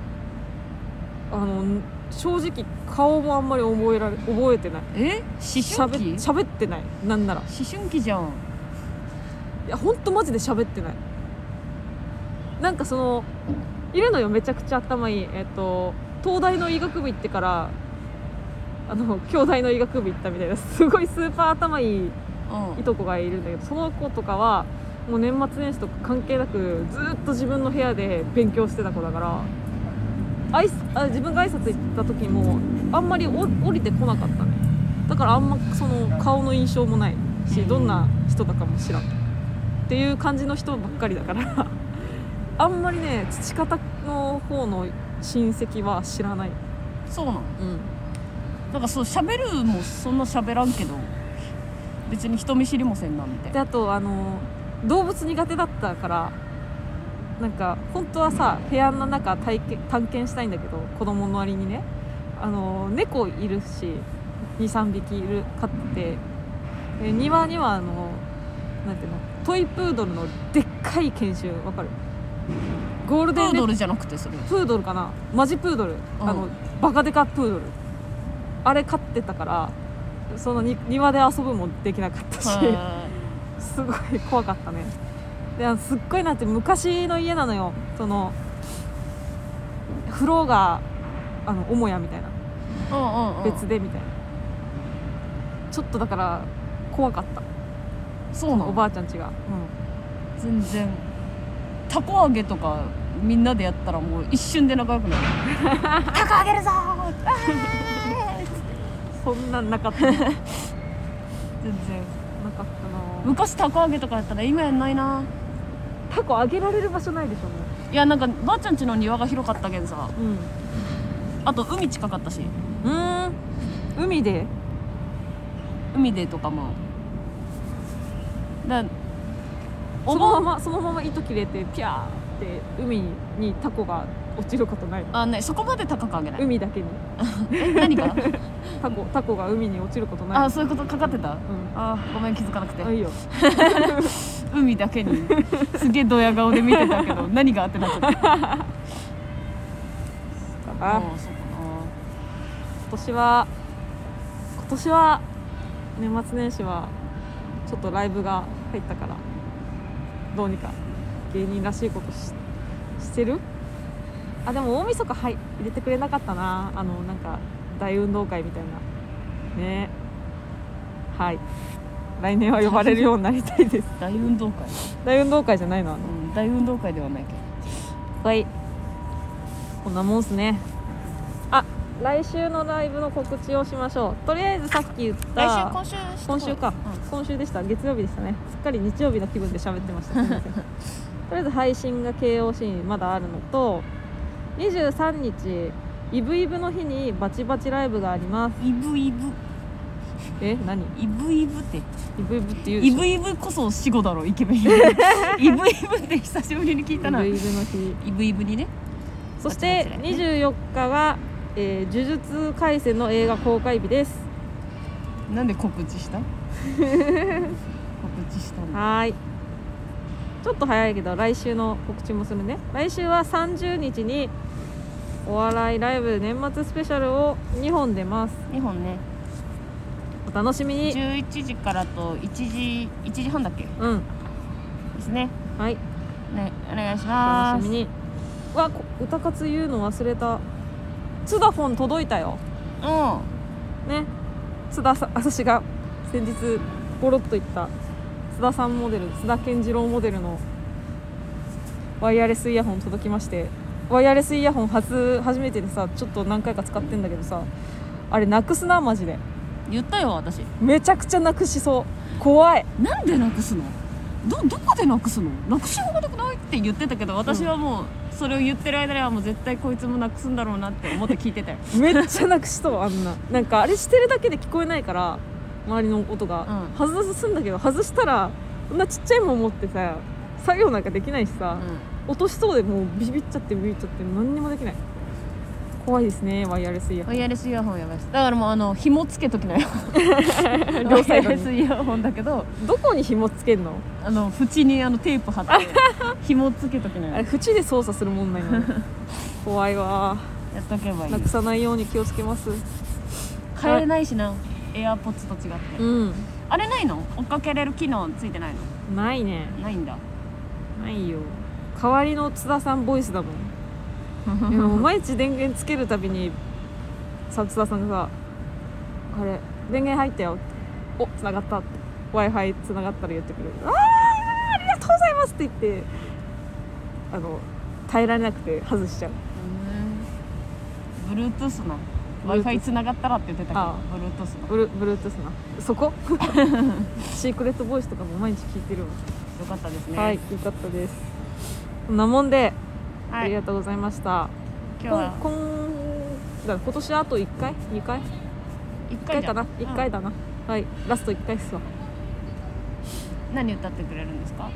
正直顔もあんまり覚えてない。 思春期？ 喋ってない。なんなら思春期じゃん。 いやほんとマジで喋ってない。なんかいるのよめちゃくちゃ頭いい東大の医学部行ってから兄弟の医学部行ったみたいなすごいスーパー頭いいいとこがいるんだけど、その子とかはもう年末年始とか関係なくずっと自分の部屋で勉強してた子だから自分が挨拶行った時もあんまり降りてこなかったね。だからあんま顔の印象もないし、どんな人だかも知らんっていう感じの人ばっかりだからあんまりね父方の方の親戚は知らない。 そうなの？なんかそう喋るもそんな喋らんけど別に人見知りもせんなみたいな。 であと動物苦手だったからなんか本当はさ部屋の中探検したいんだけど子供の割にね猫いるし 2,3 匹飼ってて、庭にはなんていうのトイプードルのでっかい犬種わかる？ゴールデンプードルじゃなくてそれプードルかなマジプードル、バカデカプードルあれ飼ってたからその庭で遊ぶもできなかったしすごい怖かったね。ですっごいなんて昔の家なのよ。風呂が母屋みたいな別でみたいな。ちょっとだから怖かった。 そうなの。 おばあちゃんちが、 全然たこ揚げとかみんなでやったらもう一瞬で仲良くなるたこ揚げるぞーそんなんなかった全然なかったな。 昔たこ揚げとかやったら今やんないな。 タコ揚げられる場所ないでしょ。 いやなんかばあちゃん家の庭が広かったけんさ、あと海近かったし、 海でとかもだそのまま糸切れてピャーって海にタコが落ちることないの？ あね、そこまで高く上げない。 海だけに何がタコが海に落ちることないの？ あ、そういうことかかってた、あ、ごめん気づかなくて。 いいよ海だけにすげえドヤ顔で見てたけど何があってなっちゃった。 そうかな。今年は年末年始はちょっとライブが入ったからどうにか芸人らしいことしてる。あ、でも大晦日入れてくれなかったな。なんか大運動会みたいなね。はい、来年は呼ばれるようになりたいです大運動会大運動会じゃないの？ 大運動会ではないけど。 はい、こんなもんすね。あ、来週のライブの告知をしましょう。とりあえずさっき言った今週か、今週でした。月曜日でしたね。すっかり日曜日の気分で喋ってました。すみませんとりあえず配信が KOC にまだあるのと、23日イブイブの日にバチバチライブがあります。 イブイブ何イブイブってイブイブって言うでしょ。 イブイブこそ死語だろイケメンイブイブって久しぶりに聞いたな。 イブイブの日、 イブイブにね。 そして24日は、呪術廻戦の映画公開日です。 なんで告知した告知したの。 はい、ちょっと早いけど来週の告知もするね。来週は30日にお笑いライブ年末スペシャルを2本出ます。 2本ね。 お楽しみに。 11時からと1時半だっけ。ですね。 はいね、お願いします。 楽しみに。歌活言うの忘れた。津田フォン届いたよ。ね、津田さん、私が先日ゴロッと言った津田さんモデル、津田健次郎モデルのワイヤレスイヤホン届きまして、ワイヤレスイヤホン初めてでさ、ちょっと何回か使ってんだけどさ、あれなくすなマジで。 言ったよ私。 めちゃくちゃなくしそう。怖い。 なんでなくすの？どこでなくすの？なくしようがなくないって言ってたけど、私はもうそれを言ってる間にはもう絶対こいつもなくすんだろうなって思って聞いてたよめっちゃなくしそう。なんかあれしてるだけで聞こえないから周りの音が、外すんだけど、外したらこんなちっちゃいもん持ってさ作業なんかできないしさ、落としそうでもうビビっちゃって何にもできない。怖いですね、ワイヤレスイヤホン。 ワイヤレスイヤホンやばいです。だからもう紐つけときなよ両サイドに。 ワイヤレスイヤホンだけど、 どこに紐つけんの？ 縁にテープ貼って紐つけときなよ。 あれ縁で操作するもんないの怖いわ。 やっとけばいい。 なくさないように気をつけます。 買えないしな、エアポッツと違って。あれないの？追っかけれる機能ついてないの？ ないね。 ないんだ。 ないよ。代わりの津田さんボイスだもんでも毎日電源つけるたびに津田さんがさ、あれ電源入ったよって、お、繋がったって Wi-Fi 繋がったら言ってくれる。ありがとうございますって言って耐えられなくて外しちゃう。 Bluetooth な Wi-Fi 繋がったらって言ってたけど、 Bluetooth なそこシークレットボイスとかも毎日聞いてるわ。 よかったですね。 はい、よかったです。こんなもんで、ありがとうございました。 今日は今年あと1回2回1回かな、1回だな。はい、ラスト1回っすわ。 何歌ってくれるんですか？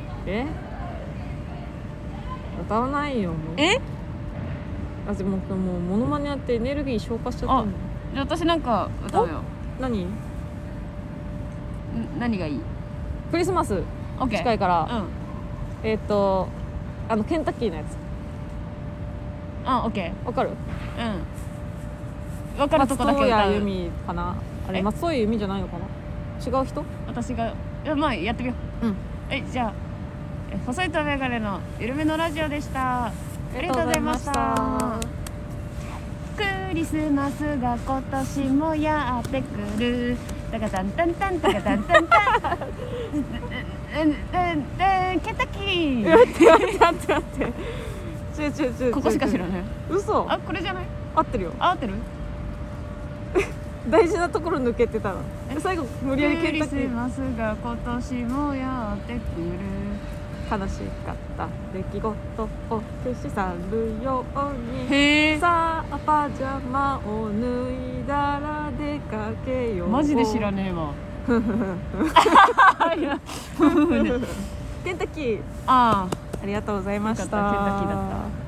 歌わないよもう。私もうモノマネやってエネルギー消化しちゃったの。 じゃあ私なんか歌うよ。 何がいい？ クリスマス近いから、ケンタッキーのやつ。 オッケー。 わかる？ わかるとこだけ歌う。 松任谷由実かな。あれ松任谷由実じゃないのかな。違う人？ 私がまあやってみよう。じゃあ細いとメガネの緩めのラジオでした。ありがとうございました。クリスマスが今年もやってくるタカタンタンタンタカタンタンタンケンタッキー待って違うここしか知らない。 嘘。 あ、これじゃない？ 合ってるよ。 合ってる？ 大事なところ抜けてたの。最後無理やりケンタッキー。 クリスマスが今年もやってくる。 悲しかった出来事を消し去るように。 へー。 さあパジャマを脱いだら出かけよう。 マジで知らねえわ。 ケンタッキー。 あありがとうございました。 よかったケンタッキーだった。